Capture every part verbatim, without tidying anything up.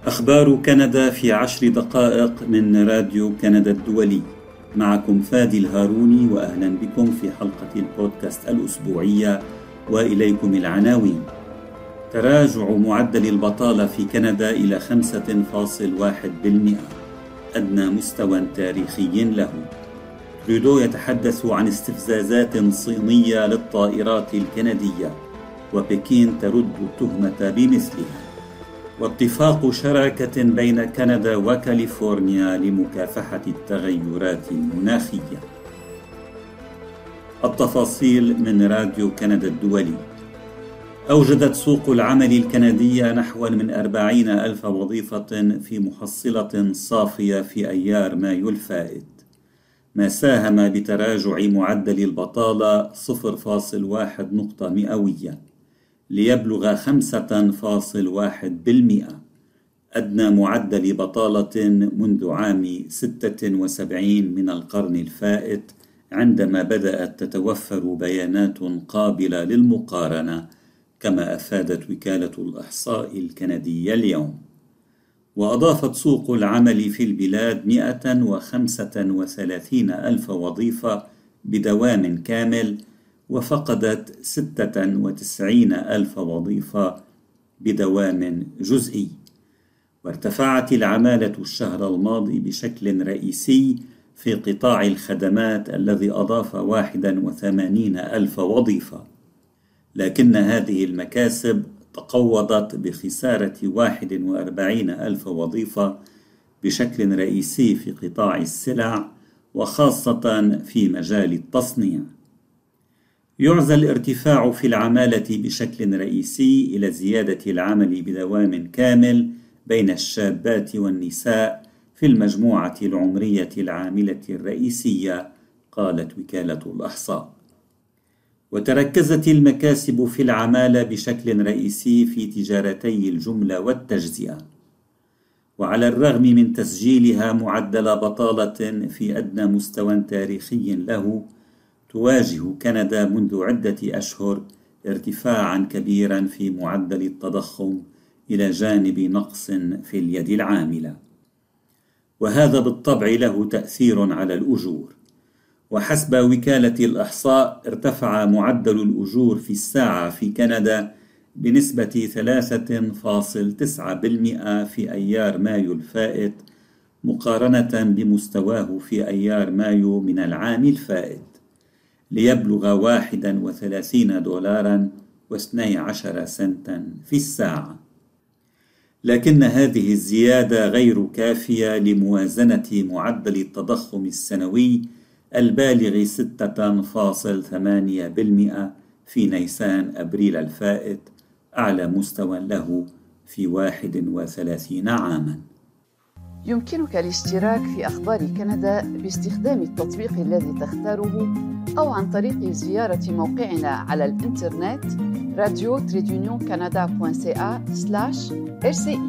أخبار كندا في عشر دقائق من راديو كندا الدولي. معكم فادي الهاروني، وأهلا بكم في حلقة البودكاست الأسبوعية، وإليكم العناوين. تراجع معدل البطالة في كندا إلى خمسة فاصلة واحد بالمئة، أدنى مستوى تاريخي له. ترودو يتحدث عن استفزازات صينية للطائرات الكندية، وبكين ترد التهمة بمثلها. واتفاق شراكة بين كندا وكاليفورنيا لمكافحة التغيرات المناخية. التفاصيل من راديو كندا الدولي. أوجدت سوق العمل الكندية نحو من أربعين ألف وظيفة في محصلة صافية في أيار مايو الفائت، ما ساهم بتراجع معدل البطالة صفر فاصلة واحد نقطة مئوية ليبلغ خمسة فاصلة واحد بالمئة، أدنى معدل بطالة منذ عام ستة وسبعين من القرن الفائت، عندما بدأت تتوفر بيانات قابلة للمقارنة، كما أفادت وكالة الإحصاء الكندية اليوم. وأضافت سوق العمل في البلاد مئة وخمسة وثلاثين ألف وظيفة بدوام كامل، وفقدت ستة وتسعين ألف وظيفة بدوام جزئي. وارتفعت العمالة الشهر الماضي بشكل رئيسي في قطاع الخدمات الذي أضاف واحد وثمانين ألف وظيفة، لكن هذه المكاسب تقوضت بخسارة واحد وأربعين ألف وظيفة بشكل رئيسي في قطاع السلع، وخاصة في مجال التصنيع. يعزى الارتفاع في العمالة بشكل رئيسي إلى زيادة العمل بدوام كامل بين الشابات والنساء في المجموعة العمرية العاملة الرئيسية، قالت وكالة الإحصاء. وتركزت المكاسب في العمالة بشكل رئيسي في تجارتي الجملة والتجزئة. وعلى الرغم من تسجيلها معدل بطالة في أدنى مستوى تاريخي له، تواجه كندا منذ عدة أشهر ارتفاعا كبيرا في معدل التضخم إلى جانب نقص في اليد العاملة، وهذا بالطبع له تأثير على الأجور. وحسب وكالة الإحصاء، ارتفع معدل الأجور في الساعة في كندا بنسبة ثلاثة فاصلة تسعة بالمئة في أيار مايو الفائت، مقارنة بمستواه في أيار مايو من العام الفائت، ليبلغ واحد وثلاثين دولارا واثني عشر سنتا في الساعة. لكن هذه الزيادة غير كافية لموازنة معدل التضخم السنوي البالغ ستة فاصلة ثمانية بالمئة في نيسان أبريل الفائت، أعلى مستوى له في واحد وثلاثين عاما. يمكنك الاشتراك في أخبار كندا باستخدام التطبيق الذي تختاره، أو عن طريق زيارة موقعنا على الإنترنت راديو تريد كندا دوت سي إيه سلاش آر سي إي.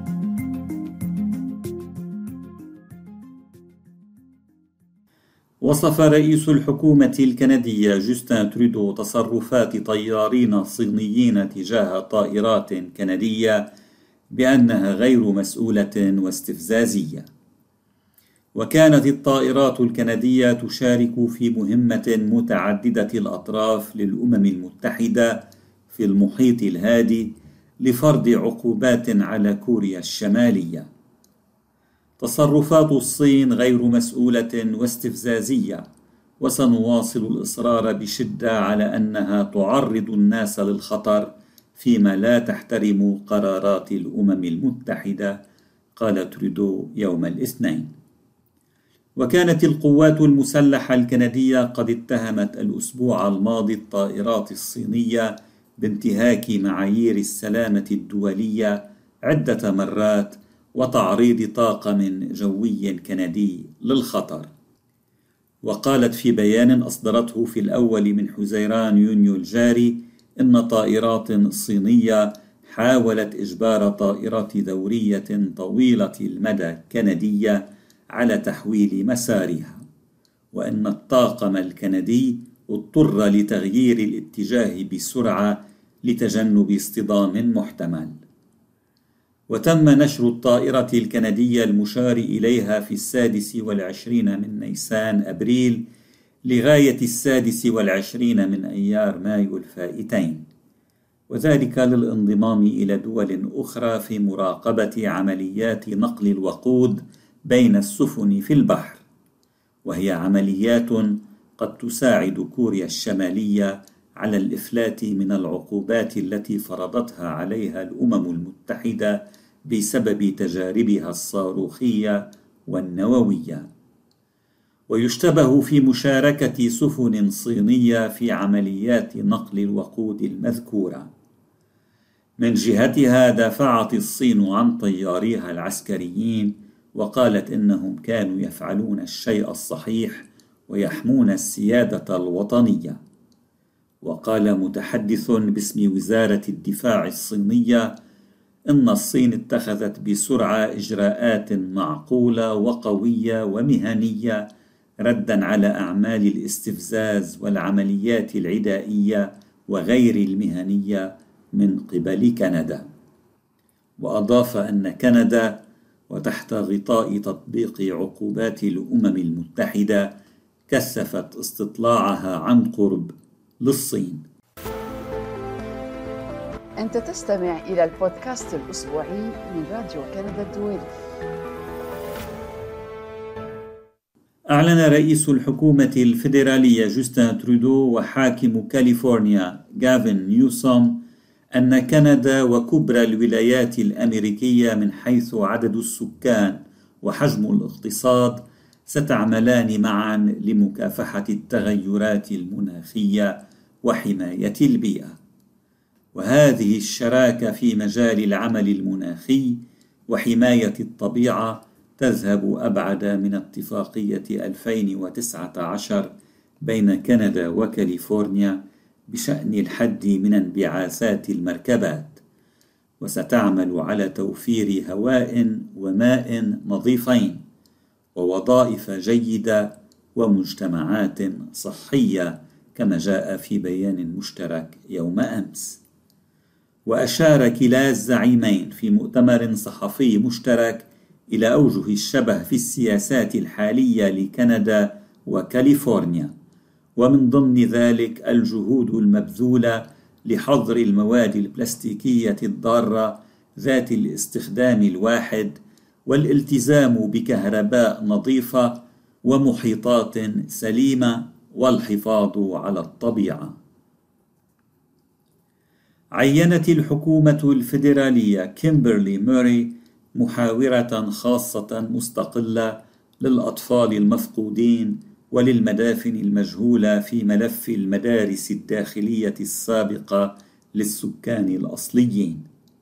وصف رئيس الحكومة الكندية جوستن ترودو تصرفات طيارين صينيين تجاه طائرات كندية بأنها غير مسؤولة واستفزازية. وكانت الطائرات الكندية تشارك في مهمة متعددة الأطراف للأمم المتحدة في المحيط الهادي لفرض عقوبات على كوريا الشمالية. تصرفات الصين غير مسؤولة واستفزازية، وسنواصل الإصرار بشدة على أنها تعرض الناس للخطر فيما لا تحترم قرارات الأمم المتحدة، قال ترودو يوم الاثنين. وكانت القوات المسلحة الكندية قد اتهمت الأسبوع الماضي الطائرات الصينية بانتهاك معايير السلامة الدولية عدة مرات وتعريض طاقم جوي كندي للخطر. وقالت في بيان أصدرته في الأول من حزيران يونيو الجاري إن طائرات صينية حاولت إجبار طائرات دورية طويلة المدى كندية على تحويل مسارها، وأن الطاقم الكندي اضطر لتغيير الاتجاه بسرعة لتجنب اصطدام محتمل. وتم نشر الطائرة الكندية المشار إليها في السادس والعشرين من نيسان أبريل لغاية السادس والعشرين من أيار مايو الفائتين، وذلك للانضمام إلى دول أخرى في مراقبة عمليات نقل الوقود بين السفن في البحر، وهي عمليات قد تساعد كوريا الشمالية على الإفلات من العقوبات التي فرضتها عليها الأمم المتحدة بسبب تجاربها الصاروخية والنووية. ويشتبه في مشاركة سفن صينية في عمليات نقل الوقود المذكورة. من جهتها دافعت الصين عن طياريها العسكريين وقالت إنهم كانوا يفعلون الشيء الصحيح ويحمون السيادة الوطنية. وقال متحدث باسم وزارة الدفاع الصينية إن الصين اتخذت بسرعة إجراءات معقولة وقوية ومهنية رداً على أعمال الاستفزاز والعمليات العدائية وغير المهنية من قبل كندا. وأضاف أن كندا وتحت غطاء تطبيق عقوبات الأمم المتحدة كثفت استطلاعها عن قرب للصين. أنت تستمع إلى البودكاست الأسبوعي من راديو كندا الدولي. أعلن رئيس الحكومة الفيدرالية جوستن ترودو وحاكم كاليفورنيا غافن نيوسوم أن كندا وكبرى الولايات الأمريكية من حيث عدد السكان وحجم الاقتصاد ستعملان معا لمكافحة التغيرات المناخية وحماية البيئة. وهذه الشراكة في مجال العمل المناخي وحماية الطبيعة تذهب أبعد من اتفاقية ألفين وتسعة عشر بين كندا وكاليفورنيا بشأن الحد من انبعاثات المركبات، وستعمل على توفير هواء وماء نظيفين ووظائف جيدة ومجتمعات صحية كما جاء في بيان مشترك يوم أمس. وأشار كلا الزعيمين في مؤتمر صحفي مشترك إلى أوجه الشبه في السياسات الحالية لكندا وكاليفورنيا، ومن ضمن ذلك الجهود المبذولة لحظر المواد البلاستيكية الضارة ذات الاستخدام الواحد والالتزام بكهرباء نظيفة ومحيطات سليمة والحفاظ على الطبيعة. عينت الحكومة الفيدرالية كيمبرلي موري محاورة خاصة مستقلة للأطفال المفقودين وللمدافن المجهولة في ملف المدارس الداخلية السابقة للسكان الأصليين.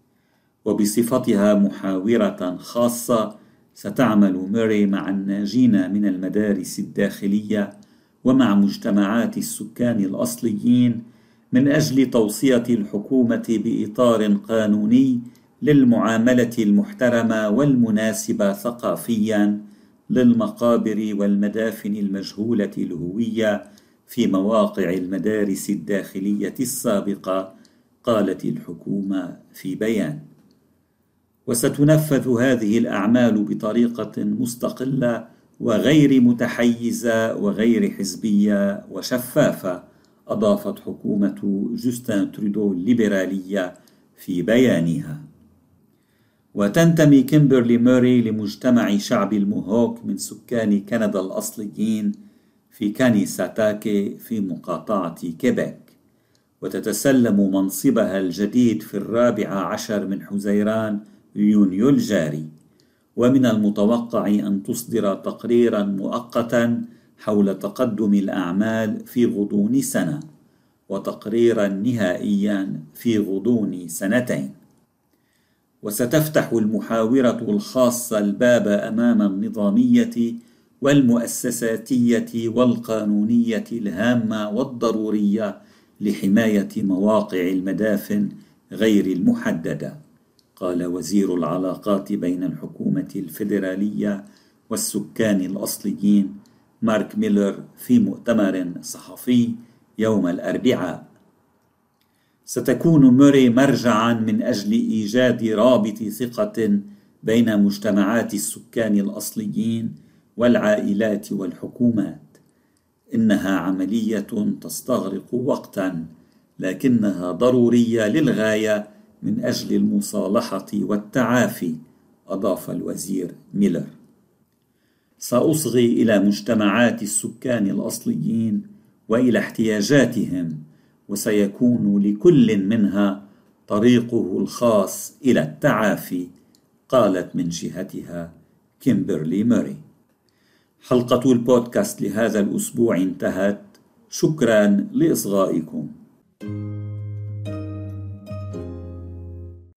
وبصفتها محاورة خاصة ستعمل موري مع الناجين من المدارس الداخلية ومع مجتمعات السكان الأصليين من أجل توصية الحكومة بإطار قانوني للمعاملة المحترمة والمناسبة ثقافياً للمقابر والمدافن المجهولة الهوية في مواقع المدارس الداخلية السابقة، قالت الحكومة في بيان. وستنفذ هذه الأعمال بطريقة مستقلة وغير متحيزة وغير حزبية وشفافة، أضافت حكومة جوستن ترودو الليبرالية في بيانها. وتنتمي كيمبرلي موري لمجتمع شعب الموهوك من سكان كندا الأصليين في كانيساتاكي في مقاطعة كيبيك، وتتسلم منصبها الجديد في الرابع عشر من حزيران يونيو الجاري. ومن المتوقع أن تصدر تقريرا مؤقتا حول تقدم الأعمال في غضون سنة وتقريرا نهائيا في غضون سنتين. وستفتح المحاورة الخاصة الباب أمام النظامية والمؤسساتية والقانونية الهامة والضرورية لحماية مواقع المدافن غير المحددة، قال وزير العلاقات بين الحكومة الفيدرالية والسكان الأصليين مارك ميلر في مؤتمر صحفي يوم الأربعاء. ستكون موري مرجعا من أجل إيجاد رابط ثقة بين مجتمعات السكان الأصليين والعائلات والحكومات. إنها عملية تستغرق وقتا، لكنها ضرورية للغاية من أجل المصالحة والتعافي، أضاف الوزير ميلر. سأصغي إلى مجتمعات السكان الأصليين وإلى احتياجاتهم، وسيكون لكل منها طريقه الخاص إلى التعافي، قالت من جهتها كيمبرلي موري. حلقة البودكاست لهذا الأسبوع انتهت. شكرا لإصغائكم.